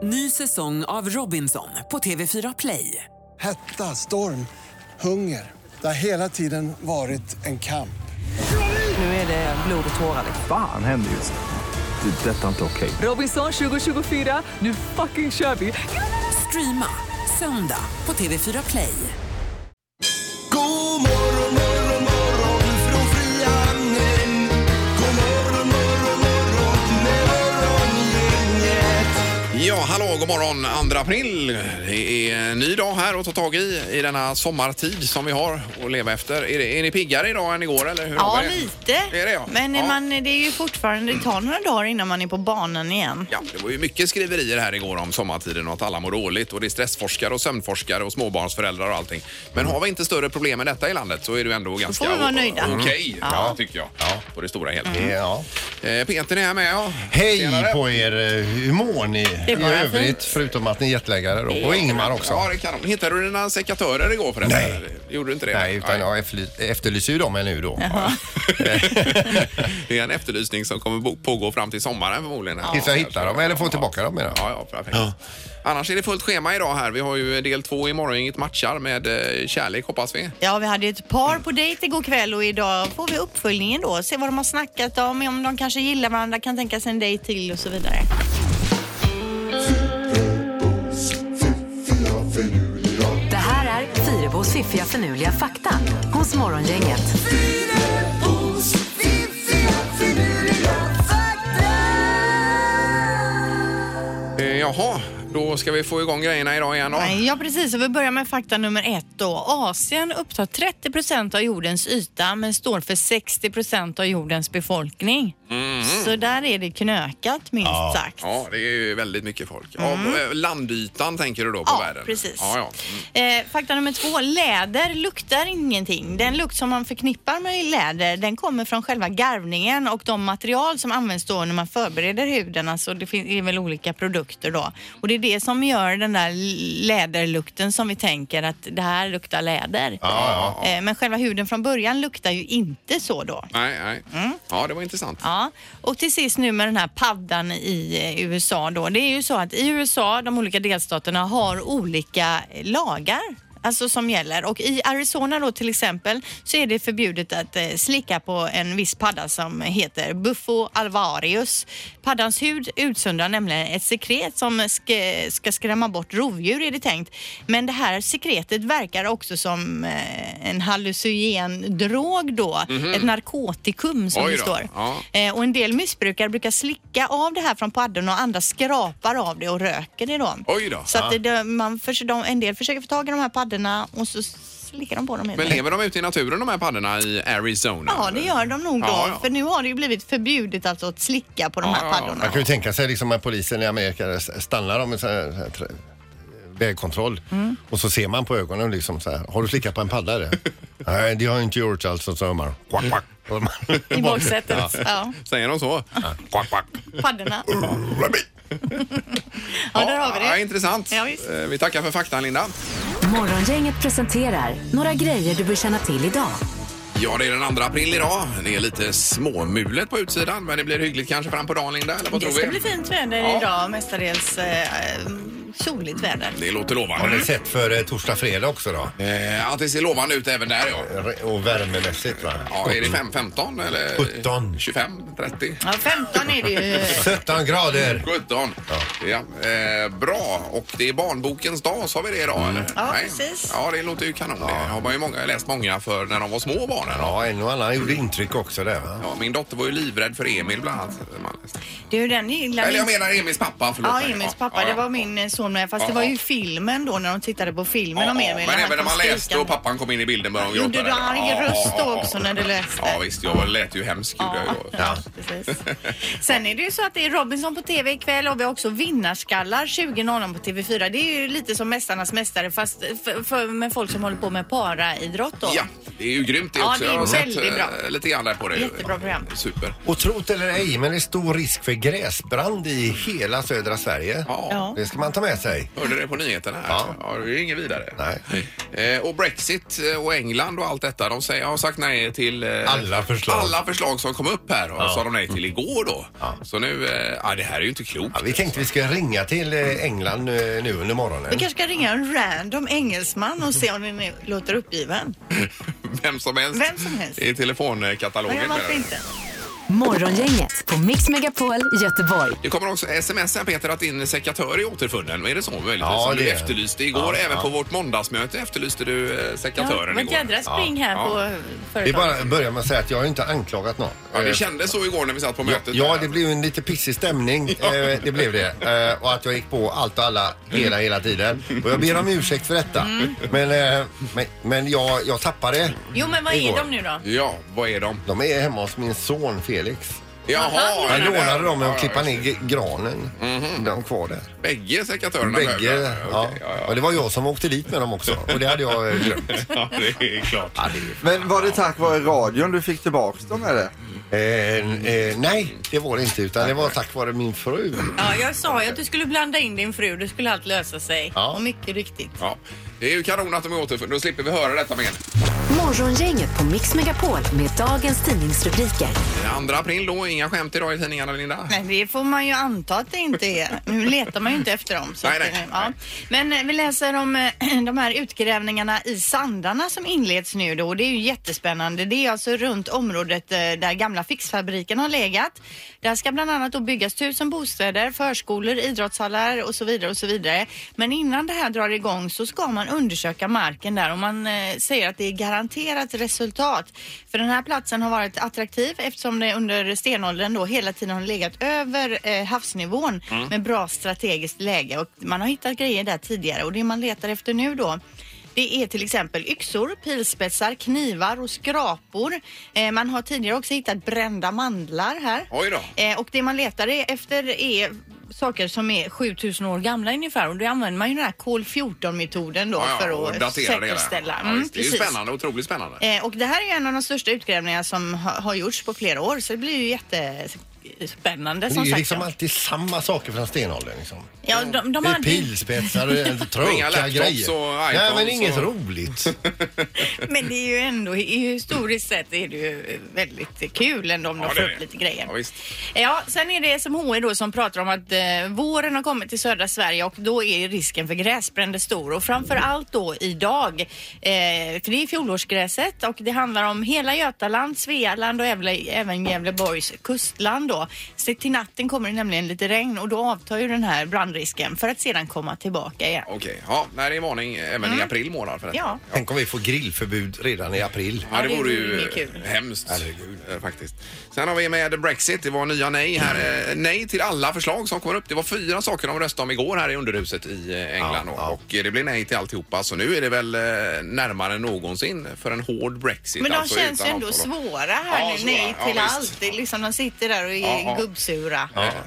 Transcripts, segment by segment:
Ny säsong av Robinson på TV4 Play. Hetta, storm, hunger. Det har hela tiden varit en kamp. Nu är det blod och tårar. Fan händer just nu. Det. Detta är inte okej. Robinson 2024, nu fucking kör vi. Streama söndag på TV4 Play. God morgon, morgon, morgon från Frihamnen. God morgon, morgon, morgon med morgongänget. Ja, hallå, god morgon. 2 april. Det är en ny dag här att ta tag i denna sommartid som vi har att leva efter. Är ni piggare idag än igår, eller hur? Ja, lite. Är det, ja? Men ja. Det är ju fortfarande, det tar några dagar innan man är på banan igen. Ja, det var ju mycket skriverier här igår om sommartiden och att alla mår dåligt. Och det är stressforskare och sömnforskare och småbarnsföräldrar och allting. Men har vi inte större problem med detta i landet så är det ändå ganska får vi vara nöjda. Okej, Ja. tycker jag. Ja, på det stora hela. Ja. Peter är här med, ja. Hej Senare. på er, hur mår ni i bara övrigt fint. förutom att ni är jetlaggare då? Och Ingmar också. Ja, det kan de. Hittade du dina sekatörer igår förresten? Nej. Gjorde du inte det? Nej, utan jag efterlyser ju dem nu då. Det är en efterlysning som kommer pågå fram till sommaren förmodligen. Tills jag hittar dem eller får tillbaka dem menar jag. Ja, perfekt. Ja. Annars är det fullt schema idag här. Vi har ju del 2 imorgon, inget matchar med kärlek hoppas vi. Ja, vi hade ett par på dejt igår kväll och idag får vi uppföljningen då. Se vad de har snackat om de kanske gillar varandra, kan tänka sig en dejt till och så vidare. Det här är Fyrebos fiffiga förnuliga fakta hos Morgongänget. Fyrebos fiffiga finurliga fakta. Jaha, då ska vi få igång grejerna idag igen då. Ja, precis. Och vi börjar med fakta nummer 1 då. Asien upptar 30% av jordens yta men står för 60% av jordens befolkning. Så där är det knökat, minst sagt. Ja, det är ju väldigt mycket folk. Ja, landytan tänker du då på världen? Precis. Ja. Fakta nummer 2. Läder luktar ingenting. Den lukt som man förknippar med läder, den kommer från själva garvningen och de material som används då när man förbereder huden. Alltså det är väl olika produkter då. Och det är det som gör den där läderlukten som vi tänker att det här luktar läder. Men själva huden från början luktar ju inte så då. Nej. Ja, det var intressant. Ja, och till sist nu med den här paddan i USA då. Det är ju så att i USA, de olika delstaterna har olika lagar. Alltså som gäller. Och i Arizona då till exempel så är det förbjudet att slicka på en viss padda som heter Bufo alvarius. Paddans hud utsöndrar nämligen ett sekret som ska skrämma bort rovdjur är det tänkt. Men det här sekretet verkar också som en hallucinogen drog då. Ett narkotikum som det står. Ja. Och en del missbrukare brukar slicka av det här från paddan och andra skrapar av det och röker det då. Oj då. Så att en del försöker få tag i de här paddorna och så slickar de på dem. Men lever de ute i naturen de här paddorna i Arizona? Ja, det gör de nog då. Ja. För nu har det ju blivit förbjudet alltså att slicka på de här paddorna. Man kan ju tänka sig liksom att polisen i Amerika stannar dem med så här vägkontroll och så ser man på ögonen liksom så här, har du slickat på en padda där? Nej, det har inte gjort alltså, så man quack, quack. I baksätet. Ja. Säger de så? Quack, quack. Paddorna. Ja, där har vi det. Ja, intressant. Ja, visst. Vi tackar för faktan, Linda. Morgongänget presenterar några grejer du bör känna till idag. Ja, det är den 2 april idag. Det är lite småmulet på utsidan, men det blir hyggligt kanske fram på dagen, Linda, eller vad Det tror vi? ska bli fint väder idag, mestadels soligt väder. Det låter lovande. Har ni sett för torsdag, fredag också då? Att det ser lovande ut även där, ja. Och värmemässigt va? Ja, är det 15 eller 17. 25, 30? Ja, 15 är det ju. 17 grader. 17. Ja. Bra. Och det är barnbokens dag, så har vi det idag, eller? Ja, precis. Ja, det låter ju kanon. Det har man ju läst många för när de var små barnen. Ja, en och annan gjorde intryck också där va? Ja, min dotter var ju livrädd för Emil bland annat. Det är ju den gillar. Eller jag menar Emils pappa, förlåt mig. Emils pappa, det var min son med. Fast det var ju filmen då när de tittade på filmen om Emil. Men även när man läste och pappan kom in i bilden började de gråta. Gjorde du arg röst då också när du läste? Ja visst, jag lät ju hemskt. Ja, precis. Sen är det ju så att det är Robinson på TV ikväll och vi har också vinnarskallar 20.00 på TV4. Det är ju lite som Mästarnas mästare fast med folk som håller på med paraidrott då. Ja, det är ju grymt det också. också. Jag har väldigt bra. sett lite grann där på det. Jättebra program. Super. Och trot eller ej, men det är stor risk för gräsbrand i hela södra Sverige. Ja. Det ska man ta med sig. Hörde det på nyheterna här? Ja. Det är inget vidare. Nej. Och Brexit och England och allt detta. De har sagt nej till alla förslag som kom upp här. Och sa de nej till igår då. Ja. Så nu, det här är ju inte klokt. Ja, vi tänkte vi ska ringa till England nu under morgonen. Vi kanske ska ringa en random engelsman och se om ni låter uppgiven. Vem som helst. I telefonkatalogen. Ja, varför inte? Morgongänget på Mix Megapol Göteborg. Det kommer också sms här, Peter, att din sekatör är återfunnen. Är det så möjligtvis? Ja, som det du är. efterlyste igår. Även på vårt måndagsmöte efterlyste du sekatören men igår. jädra spring här på företaget. Vi bara börjar med att säga att jag har inte anklagat någon. Ja, det kändes så igår när vi satt på mötet. Ja, det blev en lite pissig stämning. Det blev det. Och att jag gick på allt och alla hela tiden. Och jag ber om ursäkt för detta. Men jag tappade. Jo, men vad igår. är de nu då? Ja, vad är de? De är hemma hos min son Felix. Jaha, jag lånade dem med att klippa ner granen. De är kvar där. Bägge sekatörerna? Bägge, ja. Och det var jag som åkte dit med dem också. Och det hade jag glömt. Ja, det är klart. Ja, Men var det tack vare radion du fick tillbaka dem eller? Nej, det var det inte. Utan det var tack vare min fru. Ja, jag sa ju att du skulle blanda in din fru. Det skulle allt lösa sig. Ja. Och mycket riktigt. Ja. Det är ju kanon att de är återfunna. Då slipper vi höra detta mer. Morgongänget på Mix Megapol med dagens tidningsrubriker. 2 april då, inga skämt idag i tidningarna, Linda? Nej, det får man ju anta att det inte är. Nu letar man ju inte efter dem. Så Nej. Ja. Men vi läser om de här utgrävningarna i Sandarna som inleds nu då. Det är ju jättespännande. Det är alltså runt området där gamla fixfabriken har legat. Där ska bland annat då byggas 1000 bostäder, förskolor, idrottshallar och så vidare och så vidare. Men innan det här drar igång så ska man undersöka marken där och man säger att det är garanterat resultat. För den här platsen har varit attraktiv eftersom det under stenåldern då hela tiden har legat över havsnivån med bra strategiskt läge och man har hittat grejer där tidigare och det man letar efter nu då det är till exempel yxor, pilspetsar, knivar och skrapor. Man har tidigare också hittat brända mandlar här. Oj då. Och det man letar efter är saker som är 7000 år gamla ungefär och då använder man ju den här kol-14-metoden då för att säkerställa. Det är ju spännande, otroligt spännande. Och det här är en av de största utgrävningarna som har gjorts på flera år så det blir ju jättespännande som sagt. Det är liksom alltid samma saker från stenåldern liksom. Ja, de det är hade... pilspetsar och tråkiga grejer. Nej, men inget roligt. Men det är ju ändå, historiskt sett är det ju väldigt kul ändå om de får upp lite grejer. Ja, visst. Ja, sen är det SMHI då som pratar om att våren har kommit till södra Sverige och då är risken för gräsbränder stor och framförallt då idag. För det är fjolårsgräset och det handlar om hela Götaland, Svealand och även Gävleborgs kustland då. Så till natten kommer det nämligen lite regn och då avtar ju den här brandrisken för att sedan komma tillbaka igen. Okej, ja, det är varning även i april månad för detta. Ja. Tänk om vi får grillförbud redan i april. Ja, det vore ju kul. hemskt faktiskt. Sen har vi med Brexit. Det var nya nej här. Nej till alla förslag som kommer upp. Det var 4 saker de röstade om igår här i underhuset i England. Och det blev nej till alltihopa. Så nu är det väl närmare än någonsin för en hård Brexit. Men de alltså känns ju ändå svåra här nu. Nej till allt. Det är liksom de sitter där och är gubbsura.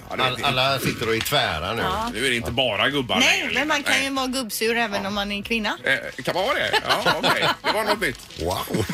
Alla sitter och är tvära nu. Ja. Nu är det inte bara gubbar. Nej, men man kan ju vara gubbsur även om man är kvinna. Kan man vara det? Ja, okej. Det var något nytt. Wow.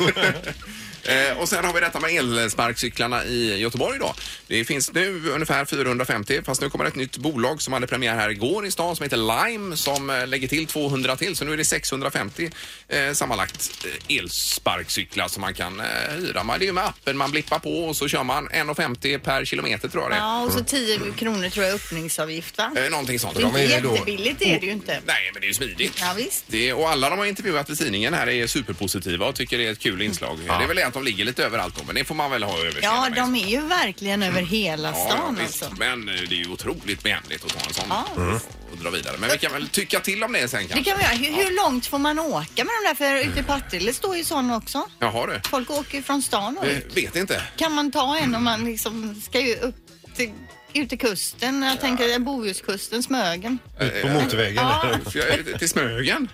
Och sen har vi detta med elsparkcyklarna i Göteborg då. Det finns nu ungefär 450, fast nu kommer ett nytt bolag som hade premiär här igår i stan som heter Lime som lägger till 200 till. Så nu är det 650 sammanlagt elsparkcyklar som man kan hyra. Det är ju med appen man blippar på och så kör man 1,50 per kilometer tror jag det. Ja, och så 10 kronor tror jag öppningsavgift va? Någonting sånt. Det är inte jättebilligt är det ju inte. Nej, men det är ju smidigt. Ja, visst. Och alla de har intervjuat i tidningen här är superpositiva och tycker det är ett kul inslag. Ja. Det är väl det att de ligger lite överallt då, men det får man väl ha över. Ja, de är ju verkligen över hela stan visst. alltså. Men det är ju otroligt behändigt att ta en sån och dra vidare. Men vi kan väl tycka till om det sen kanske. Det kan vi göra. Hur långt får man åka med de där? För ute i Partille står ju sån också. Jaha du. Folk åker ju från stan och vet inte. Kan man ta en om man liksom ska ju upp till ut till kusten, jag tänker Bohuskusten, Smögen. Ut på motorvägen. Ja. Till Smögen?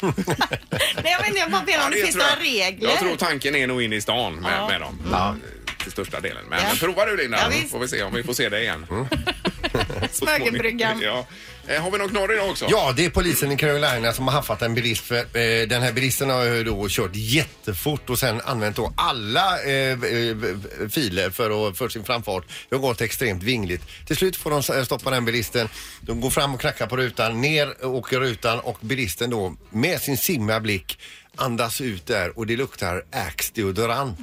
Nej, jag vet inte, jag bara ber om det finns några regler. Jag tror tanken är nog in i stan med dem. Ja. Till största delen. Men provar du Linda, får vi se om vi får se det igen. Smörgåsbryggan. Ja. Har vi något knorr idag också? Ja, det är polisen i Carolina som har haffat en bilist. För, den här bilisten har ju då kört jättefort och sen använt då alla filer för sin framfart. Det har gått extremt vingligt. Till slut får de stoppa den bilisten. De går fram och knackar på rutan, ner åker rutan och bilisten då med sin simma blick andas ut där och det luktar Axe-deodorant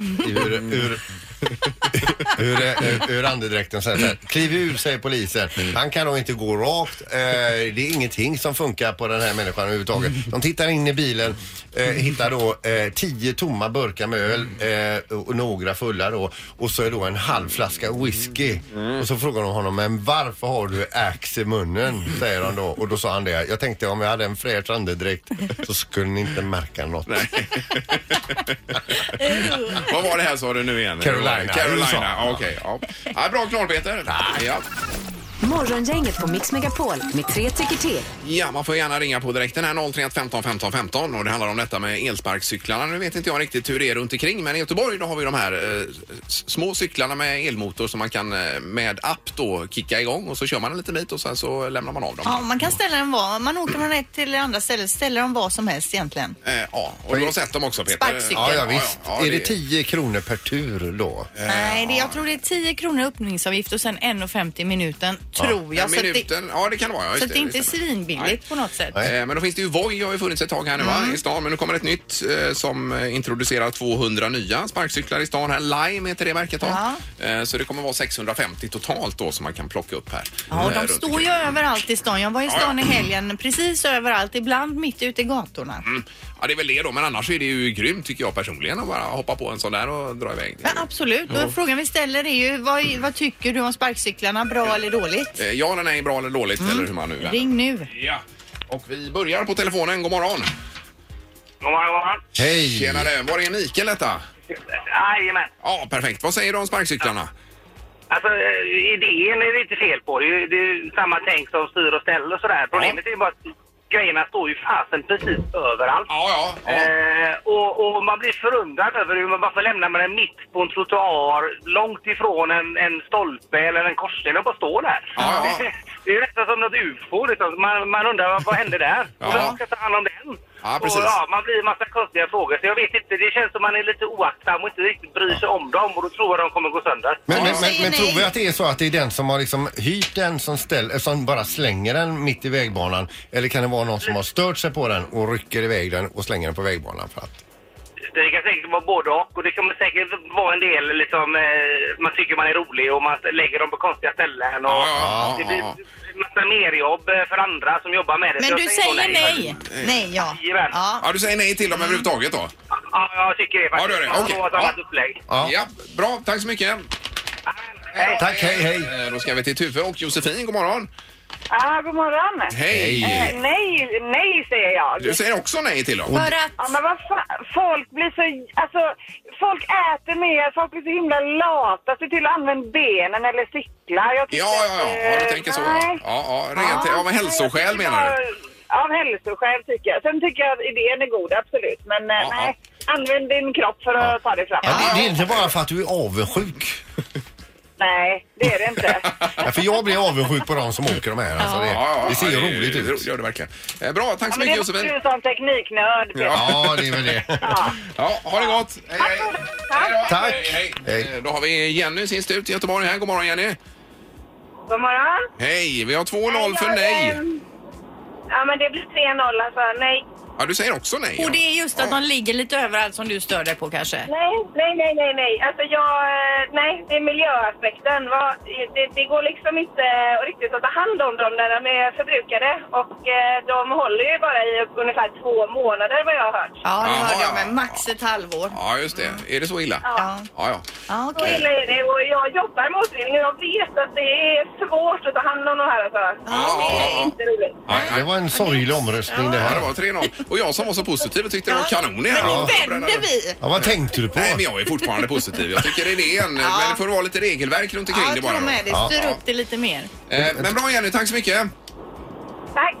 ur andedräkten. Så här. Kliv ur, säger polisen. Han kan nog inte gå rakt. Det är ingenting som funkar på den här människan överhuvudtaget. De tittar in i bilen, hittar då 10 tomma burkar med öl och några fulla då. Och så är då en halv flaska whisky. Och så frågar de honom, men varför har du Axe i munnen? Säger han då. Och då sa han det. Jag tänkte om jag hade en fräsch andedräkt så skulle ni inte märka något. Nej. Vad var det här sa du nu igen? Carolina. Okej. Ja. Ja, bra knorr, Peter. Ja. Morgongänget på Mix Megapol med 3 tycker till. Ja, man får gärna ringa på direkten här 031 15 15 15 och det handlar om detta med elsparkcyklarna. Nu vet inte jag riktigt hur det är runt omkring, men i Göteborg då har vi de här små cyklarna med elmotor som man kan med app då kicka igång och så kör man en liten bit och sen så lämnar man av dem. Ja, man kan ställa dem var. Man åker från ett till det andra stället, ställer dem var som helst egentligen. Ja, och du har sett dem också, Peter. Sparkcykel. Ja, visst. Ja, är det 10 kronor per tur då? Nej, jag tror det är 10 kronor öppningsavgift och sen 1,50 minuten, tror jag. Minuten, ja det kan det vara. Så det är inte svinbilligt på något sätt. Men då finns det ju Voi, har ju funnits ett tag här nu i stan, men nu kommer ett nytt som introducerar 200 nya sparkcyklar i stan här. Lime heter det märket då. Så det kommer vara 650 totalt då som man kan plocka upp här. Ja, och de står ju överallt i stan. Jag var i stan i helgen, precis överallt, ibland mitt ute i gatorna. Ja, det är väl det då, men annars är det ju grymt tycker jag personligen att bara hoppa på en sån där och dra iväg. Ja, absolut. Och frågan vi ställer är ju, vad tycker du om sparkcyklarna? Bra eller dåligt? Ja eller nej, bra eller dåligt eller hur man nu vänder. Ring nu. Ja, och vi börjar på telefonen. God morgon. God morgon. Hej. Tjenare, var är Mikael detta? Jajamän. Ja, perfekt. Vad säger du om sparkcyklarna? Alltså idén är det inte fel på. Det är samma tänk som styr och ställ och sådär. Problemet är bara att grejerna står ju fasen precis överallt. Ja. Och man blir förundrad över hur man bara lämnar man den mitt på en trottoar långt ifrån en stolpe eller en korsning och bara står där. Ja. Det är ju nästan som något UFO. Liksom. Man undrar vad hände där? Och vem ska ta hand om den? Ja, precis. Och man blir en massa konstiga frågor. Så jag vet inte, det känns som man är lite oaktsam och inte riktigt bryr sig om dem och då tror jag de kommer gå sönder. Men tror vi att det är så att det är den som har liksom hyrt den som bara slänger den mitt i vägbanan? Eller kan det vara någon som har stört sig på den och rycker iväg den och slänger den på vägbanan för att? Det kan säkert vara både och det kommer säkert vara en del liksom, man tycker man är rolig och man lägger dem på konstiga ställen och det blir massa merjobb för andra som jobbar med det. Men du säger nej. Nej, ja. Ja, du säger nej till dem överhuvudtaget då? Ja, jag tycker det faktiskt. Ja, det gör det. Okej. Ja, bra. Tack så mycket. Tack, hej. Då ska vi till Tuve och Josefin. God morgon. God morgon. Hej. Nej säger jag. Du säger också nej till dem? För att... Ja, men vad fan, folk blir så... Alltså, folk äter mer, folk blir så himla lata. Se till att använda benen eller cyklar. Jag ja, du tänker så. Ja, men hälsoskäl menar du? Ja, av hälsoskäl tycker jag. Sen tycker jag att idén är god, absolut. Men nej, använd din kropp för att ta dig fram. Ja, det är inte bara för att du är avundsjuk. Nej, det är det inte. Ja, för jag blir avundsjuk på de som åker de här. Alltså det ser ju roligt ut. Det gör det verkligen. Bra, tack så mycket Josefin. Men det var du som tekniknörd. Ja, det är väl det. Ja, ha det gott. Hej. Tack. Hej. Då har vi Jenny sist ut i Göteborg här. God morgon Jenny. God morgon. Hej, vi har 2-0 för nej. Ja, men det blir 3-0 alltså, nej. Ja, du säger också nej. Och det är just att de ligger lite överallt som du stör dig på kanske? Nej. Alltså nej, det är miljöaspekten. Det går liksom inte riktigt att ta hand om dem när de är förbrukade. Och de håller ju bara i ungefär 2 månader vad jag har hört. Ja, det hörde jag med max ett halvår. Ja, just det. Är det så illa? Ja. Ja, okej. Så illa är det. Och jag jobbar med återvinning och jag vet att det är svårt att ta hand om de här. Alltså. Det är inte roligt. Det var en sorglig omröstning det här. Ja, det var 3-0. Och jag som var så positiv och tyckte det var kanon i här. Men nu vänder vi! Ja, vad tänkte du på? Nej, men jag är fortfarande positiv. Jag tycker det är idén. Men det får vara lite regelverk runt omkring det bara. Ja, jag tror med det. Styr upp det lite mer. Men bra Jenny, tack så mycket. Tack.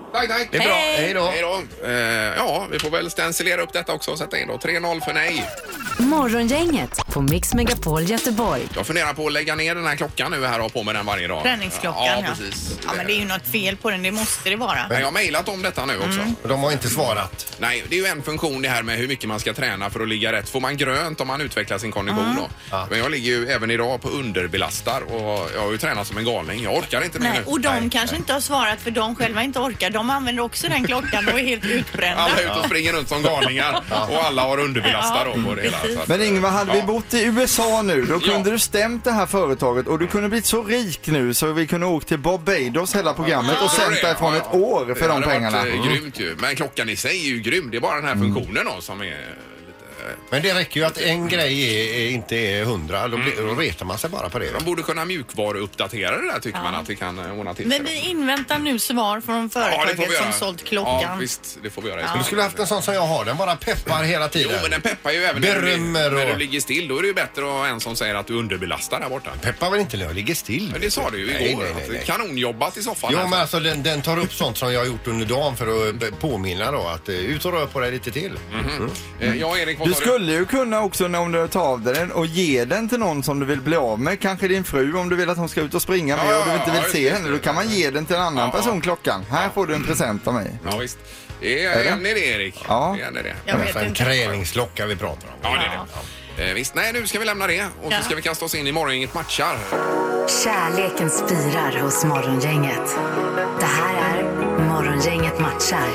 Tack. Det är bra. Hej då. Hej då. Ja, vi får väl stencilera upp detta också och sätta in då. 3-0 för nej. Morgongänget på Mix Megapol Göteborg. Jag funderar på att lägga ner den här klockan nu här och ha på med den varje dag. Träningsklockan, ja. Precis. Ja, men det är ju något fel på den, det måste det vara. Men jag har mejlat om detta nu också. De har inte svarat. Nej, det är ju en funktion det här med hur mycket man ska träna för att ligga rätt. Får man grönt om man utvecklar sin kondition då? Ja. Men jag ligger ju även idag på underbelastar och jag har ju tränat som en galning. Jag orkar inte mer nu. Och de kanske inte har svarat för de själva inte orkar. De använder också den klockan och är helt utbrända. Alla är ute och springer runt som galningar och alla har underbelastar då på det hela. Så att, Men Ingvar, hade vi bott i USA nu, då kunde du stämt det här företaget och du kunde blivit så rik nu så vi kunde åka till Barbados hela programmet och sänt därifrån ett år för de pengarna. Det hade varit grymt ju. Men klockan i sig är ju grym. Det är bara den här funktionen då som är... Men det räcker ju att en grej inte är 100, då retar man sig bara på det. De borde kunna mjukvaruuppdatera det där tycker man att vi kan ordna till. Men vi inväntar nu svar från företaget som sålt klockan. Ja, visst, det får vi göra. Du skulle haft en sån som jag har, den bara peppar hela tiden. Jo, men den peppar ju även när du ligger still. Då är det ju bättre att ha en som säger att du underbelastar där borta. Peppar väl inte när jag ligger still? Men det sa du ju igår. Nej. Kanonjobbat i soffan. Jo, men alltså den tar upp sånt som jag har gjort under dagen för att påminna då att ut och rör på dig lite till. Ja, Erik, du skulle ju kunna också om du tar av dig den och ge den till någon som du vill bli av med. Kanske din fru om du vill att hon ska ut och springa med och du inte vill se henne. Då kan man ge den till en annan person klockan. Här får du en present av mig. Ja, visst. Det är en idé, Erik. Ja. Det är en träningsklocka vi pratar om. Ja, det är det. Visst, nej, nu ska vi lämna det och så ska vi kasta oss in i Morgongänget matchar. Kärleken spirar hos Morgongänget. Det här är Morgongänget matchar.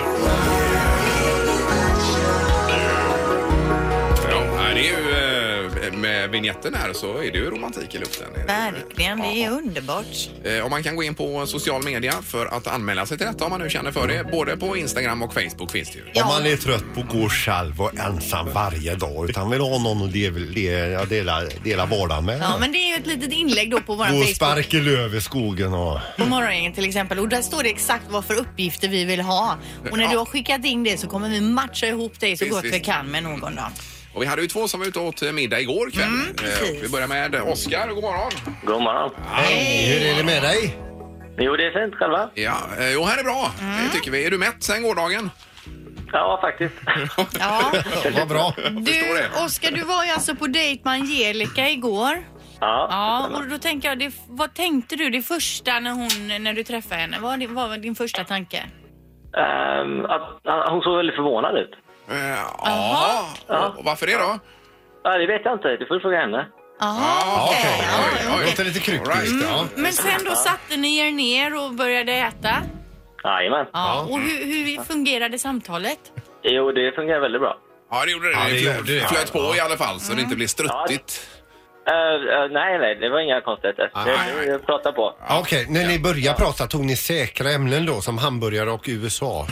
Det är ju med vignetten här så är det ju romantik i luften. Verkligen, det är underbart. Och man kan gå in på social media för att anmäla sig till detta om man nu känner för det. Både på Instagram och Facebook finns det ju. Om man är trött på att gå själv och ensam varje dag utan vill ha någon att dela vardagen med. Ja, men det är ju ett litet inlägg då på vår Facebook. Gå och sparka löv i skogen och... På Morgongänget till exempel. Och där står det exakt vad för uppgifter vi vill ha. Och när du har skickat in det så kommer vi matcha ihop dig så gott vi kan med någon dag. Och vi hade ju 2 som var ute åt middag igår kväll. Vi börjar med Oskar. God morgon. God morgon. Hej. Hur är det med dig? Jo, det är fint själva. Ja, jo, här är bra. Det tycker vi. Är du mätt sen gårdagen? Ja, faktiskt. Ja. Vad bra. Du, Oskar, du var ju alltså på dejt med Angelica igår. Ja, och då tänker jag, vad tänkte du det första när du träffade henne? Vad var din första tanke? Att hon såg väldigt förvånad ut. Ja. Och varför det då? Ja, det vet jag inte. Du får fråga henne. Okej. Det låter lite kryptiskt. Men sen då satte ni er ner och började äta? Jajamän. Och hur fungerade samtalet? Jo, det fungerar väldigt bra. Ja, det gjorde det. Det flöt på i alla fall så det inte blir struttigt. Nej, det var inga konstigheter. Jag pratar på. Okej, när ni började prata tog ni säkra ämnen då som hamburgare och USA?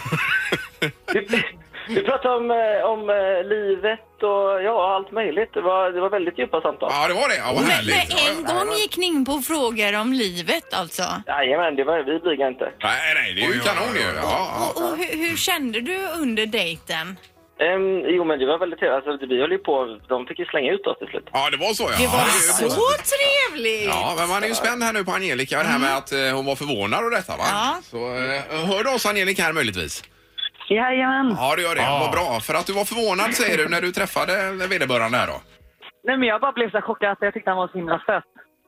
Vi pratade om livet och allt möjligt. Det var väldigt djupa samtal. Ja, det var det. Ja, vad härligt. Men en gång gick ni in på frågor om livet alltså? Jajamän, vi blygar inte. Nej, det är ju kanon ju. Och hur kände du under dejten? Jo, men det var väldigt trevligt. Alltså, vi höll ju på, de fick ju slänga ut oss till slut. Ja, det var så, ja. Det var så trevligt! Ja, men man är ju spänd här nu på Angelica. Det här med att hon var förvånad och detta, va? Ja. Så hör du oss, Angelica, här möjligtvis? Jajamän. Ja, du gör det. Vad bra. För att du var förvånad, säger du, när du träffade vederbörande här då? Nej, men jag bara blev så chockad att jag tyckte han var så himla söt.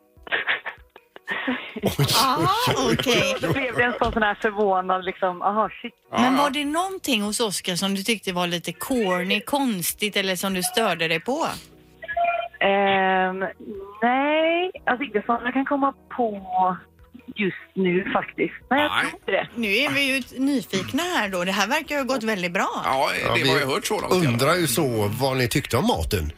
Okej. Då blev det en sån här förvånad liksom, shit. Men var det någonting hos Oskar som du tyckte var lite corny, konstigt eller som du störde dig på? Nej, alltså inte så jag kan komma på just nu faktiskt. Nej, jag tror inte det. Nu är vi ju nyfikna här då. Det här verkar ju ha gått väldigt bra. Ja, det har jag hört så långt. Undrar ju så vad ni tyckte om maten.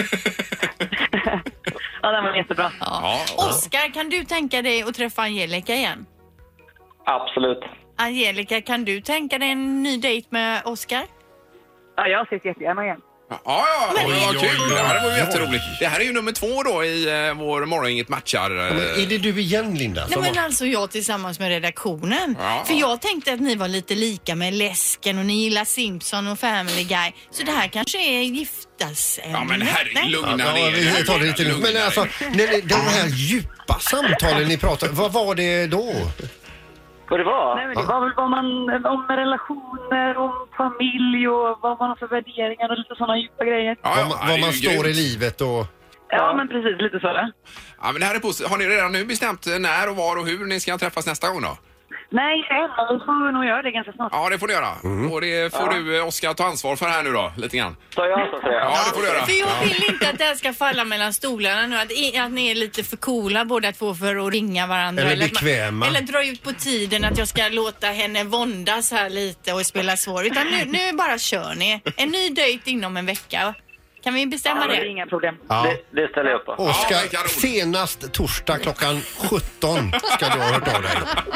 Ja, det var jättebra. Oskar, kan du tänka dig att träffa Angelica igen? Absolut. Angelica, kan du tänka dig en ny dejt med Oskar? Ja, jag ses jättegärna igen. Ja, vad kul. Det här var ju jätteroligt. Det här är ju nummer 2 då i vår Morgongänget matchar. Är det du igen, Linda? Nej, men alltså jag tillsammans med redaktionen. För jag tänkte att ni var lite lika med Läsken och ni gillar Simpson och Family Guy. Så det här kanske är giftasämne. Ja, men herregud, lugna ner. Vi tar det lite lugnt. Men alltså, de här djupa samtalen ni pratar, vad var det då? Vad det var? Nej, men det var väl om relationer, om familj och vad man har för värderingar och lite sådana djupa grejer. Vad man står i livet och... Ja, men precis, lite sådär. Ja, men det här är positivt. Har ni redan nu bestämt när och var och hur ni ska träffas nästa gång då? Nej, vi får nog göra det ganska snart. Ja, det får du göra. Och det får du, Oskar, ta ansvar för här nu då, lite grann. Så jag så att säga. Ja, det får du göra. För jag vill inte att det här ska falla mellan stolarna nu. Att ni är lite för coola båda två för att ringa varandra. Eller bekväma. Eller dra ut på tiden att jag ska låta henne våndas här lite och spela svår. Utan nu bara kör ni. En ny dejt inom en vecka. Kan vi bestämma det? Det är inga problem. Ja. Det ställer jag upp på. Oskar, senast torsdag klockan 17 ska du ha hört av dig.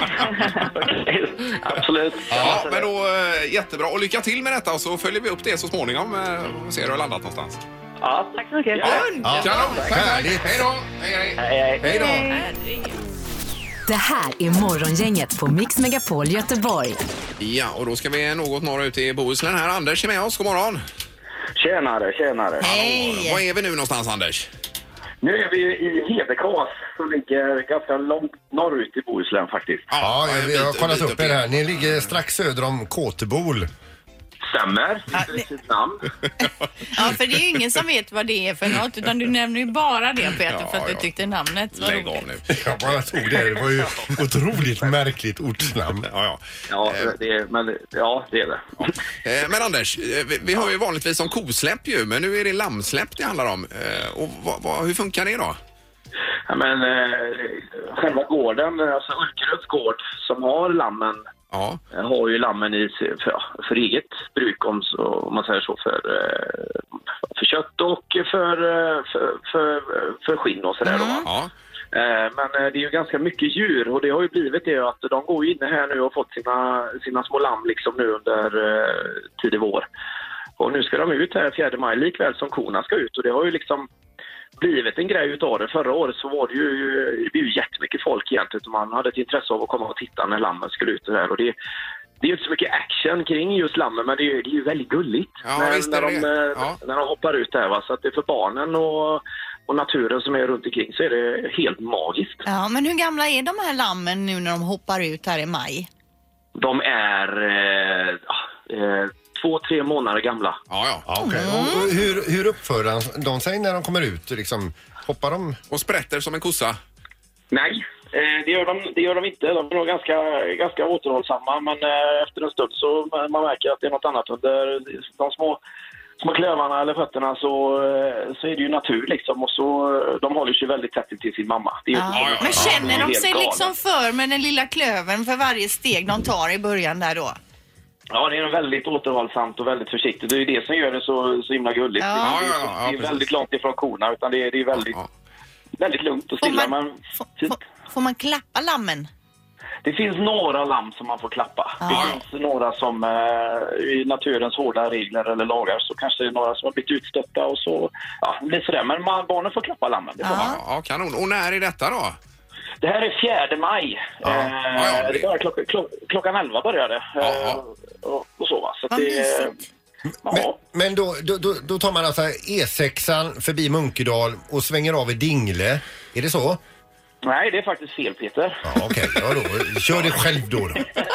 Absolut. Ja, men då jättebra. Och lycka till med detta och så följer vi upp det så småningom och ser hur det har landat någonstans. Ja, Tack så mycket. Ja. Kanon. Tack. Härligt. Hej då. Hej då. Det här är Morgongänget på Mix Megapol Göteborg. Ja, och då ska vi något norrut i Bohuslän här. Anders är med oss. God morgon. Tjenare. Hej! Var är vi nu någonstans, Anders? Nu är vi i Hedekas som ligger ganska långt norrut i Bohuslän faktiskt. Ja, vi har kollat upp det här. Ni ligger strax söder om Kåtebol. Stämmer. Sitt namn. Ja, för det är ju ingen som vet vad det är för något, utan du nämner ju bara det, Peter, för att du tyckte namnet var Lägg av roligt. nu. Jag bara tog det. Det var ju otroligt märkligt ortsnamn. Ja. Ja, det är det. Men Anders, vi har ju vanligtvis som kosläpp ju, men nu är det lammsläpp det handlar om. Och hur funkar det då? Ja, men själva gården, alltså Ulkeröds gård som har lammen, har ju lammen i för eget bruk om man säger så, för kött och för skinn och sådär. Ja. Men det är ju ganska mycket djur och det har ju blivit det att de går inne här nu och fått sina små lamm liksom nu under tidig vår. Och nu ska de ut här 4 maj likväl som korna ska ut och det har ju liksom blivit en grej utav det. Förra året så var det ju jättemycket folk egentligen. Man hade ett intresse av att komma och titta när lammen skulle ut och och det är ju inte så mycket action kring just lammen, men det är ju väldigt gulligt när de hoppar ut där. Så att det är för barnen och naturen som är runt omkring så är det helt magiskt. Ja, men hur gamla är de här lammen nu när de hoppar ut här i maj? De är 2-3 månader gamla. Okay. Och hur uppför de sig när de kommer ut? Liksom, hoppar de? Och sprätter som en kossa? Nej, det gör de inte. De är nog ganska återhållsamma, men efter en stund så man märker att det är något annat under de små klövarna eller fötterna så är det ju natur liksom, och så de håller sig väldigt tätt till sin mamma. Det är Men känner de sig liksom för med den lilla klöven för varje steg de tar i början där då? Ja, det är väldigt återhållsamt och väldigt försiktigt. Det är ju det som gör det så himla gulligt. Det är väldigt långt ifrån korna, utan det är väldigt lugnt och stilla. Får man klappa lammen? Det finns några lamm som man får klappa. Det finns några som i naturens hårda regler eller lagar så kanske det är några som har blivit utstötta och så blir sådär. Men barnen får klappa lammen, det får man. Ja, kanon. Och när är detta då? Det här är 4 maj. Det börjar klockan 11 började. Och så va. Så att men då tar man alltså E6an förbi Munkedal och svänger av i Dingle. Är det så? Nej, det är faktiskt fel, Peter. Ja, okej. Ja, då. Kör det själv då.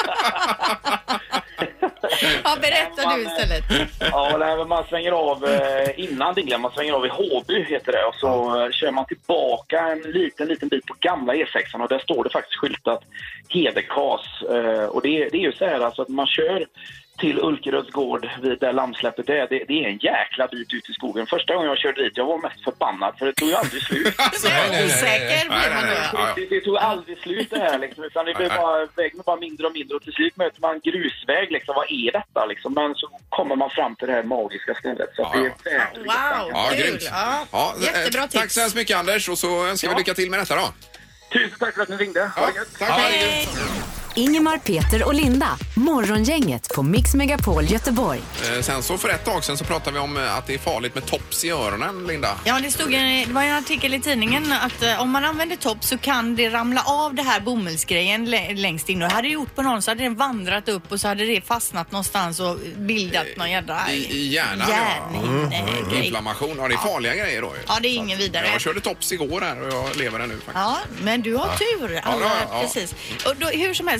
Ja, berätta du istället. Ja, man svänger av innan Dingle. Man svänger av i Håby heter det. Och så kör man tillbaka en liten bit på gamla E6an. Och där står det faktiskt skyltat Hedekas. Och det är ju så här alltså att man kör till Ulkeröds gård vid där lammsläppet det är en jäkla bit ut i skogen. Första gången jag körde dit, jag var mest förbannad för det tog ju aldrig slut. Det tog aldrig slut det här liksom, utan det blev vägen bara mindre och mindre och till slut möter man grusväg liksom, vad är detta liksom, men så kommer man fram till det här magiska stället. Så det är grymt. Ja, jättebra tips. Tack så hemskt mycket Anders och så önskar vi lycka till med detta då. Tusen tack för att ni ringde. Tack. Ingemar, Peter och Linda. Morgongänget på Mix Megapol Göteborg. Sen så för ett tag sen så pratade vi om att det är farligt med tops i öronen, Linda. Ja, det var en artikel i tidningen att om man använder tops så kan det ramla av det här bomullsgrejen längst in. Och hade det gjort på någon så hade den vandrat upp och så hade det fastnat någonstans och bildat någon jädra i hjärnan. Inflammation. Ja, det är farliga grejer då. Ja, det är ingen vidare. Jag körde tops igår här och jag lever nu faktiskt. Ja, men du har tur. Precis. Och då, hur som helst,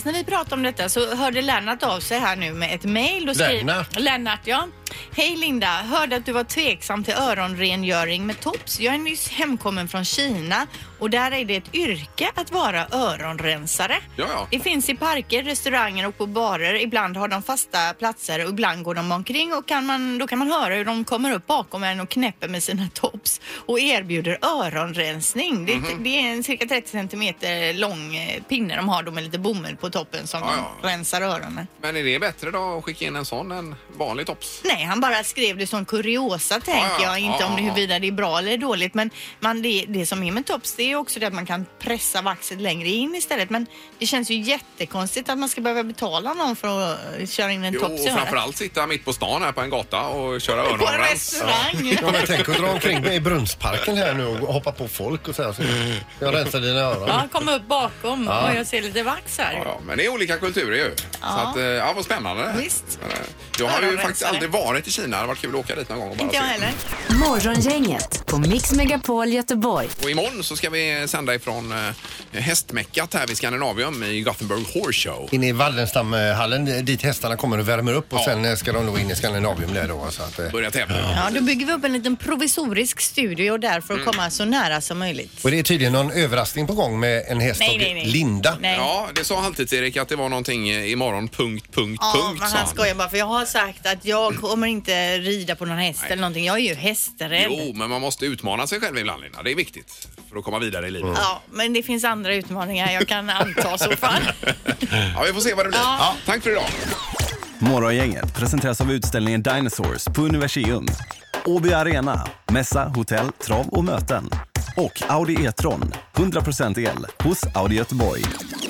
när vi pratade om detta så hörde Lennart av sig här nu med ett mejl. Lennart, ja. Hej Linda, hörde att du var tveksam till öronrengöring med tops. Jag är nyss hemkommen från Kina och där är det ett yrke att vara öronrensare. Ja. Det finns i parker, restauranger och på barer. Ibland har de fasta platser och ibland går de omkring och då kan man höra hur de kommer upp bakom en och knäpper med sina tops och erbjuder öronrensning. Det är en cirka 30 centimeter lång pinne de har då med lite bomull på toppen som rensar öronen. Men är det bättre då att skicka in en sån än vanlig tops? Nej, han bara skrev det som kuriosa tänker jag. Inte om det huruvida det är bra eller dåligt. Men det som är med tops det är också det att man kan pressa vaxet längre in istället. Men det känns ju jättekonstigt att man ska behöva betala någon för att köra in en tops i örat. Och framförallt sitta mitt på stan här på en gata och köra öronrens. På en restaurang. Ja, men tänk att dra omkring i Brunnsparken här nu och hoppa på folk och så jag rensar dina öron. Ja, komma upp bakom och jag ser lite vax här. Ja, men det är olika kulturer ju. Ja. Så att, vad spännande. Visst. Jag har ju faktiskt aldrig varit i Kina. Det har varit kul att åka dit någon gång och bara inte jag heller. Morgongänget på Mix Megapol Göteborg. Och imorgon så ska vi sända ifrån hästmäckat här vid Skandinavium i Gothenburg Horse Show. In i Wallenstamhallen dit hästarna kommer och värmer upp och sen ska de nog in i Skandinavium där då. Så att, börja tävla. Ja, då bygger vi upp en liten provisorisk studio där för att komma så nära som möjligt. Och det är tydligen någon överraskning på gång med en häst nej. Linda. Nej. Ja, det sa alltid Erik att det var någonting imorgon, Ja, men han skojar bara för jag har sagt att jag kommer inte rida på någon häst eller någonting. Jag är ju hästrädd. Jo, men man måste utmana sig själv ibland, Linda. Det är viktigt för att komma vidare i livet. Ja, men det finns andra utmaningar jag kan anta så fall. Ja, vi får se vad det blir. Ja. Tack för idag. Morgongänget presenteras av utställningen Dinosaurs på Universium. Åby Arena, mässa, hotell, trav och möten. Och Audi E-tron, 100% el hos Audi Göteborg.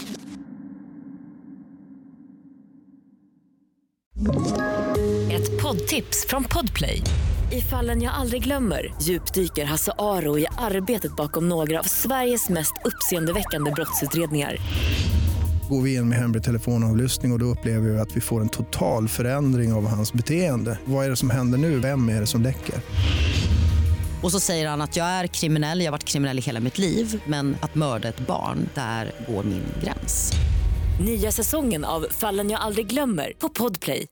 Ett poddtips från Podplay. I Fallen jag aldrig glömmer djupdyker Hasse Aro i arbetet bakom några av Sveriges mest uppseendeväckande brottsutredningar. Går vi in med hemlig telefonavlyssning och då upplever vi att vi får en total förändring av hans beteende. Vad är det som händer nu? Vem är det som läcker? Och så säger han att jag är kriminell, jag har varit kriminell i hela mitt liv. Men att mörda ett barn, där går min gräns. Nya säsongen av Fallen jag aldrig glömmer på Podplay.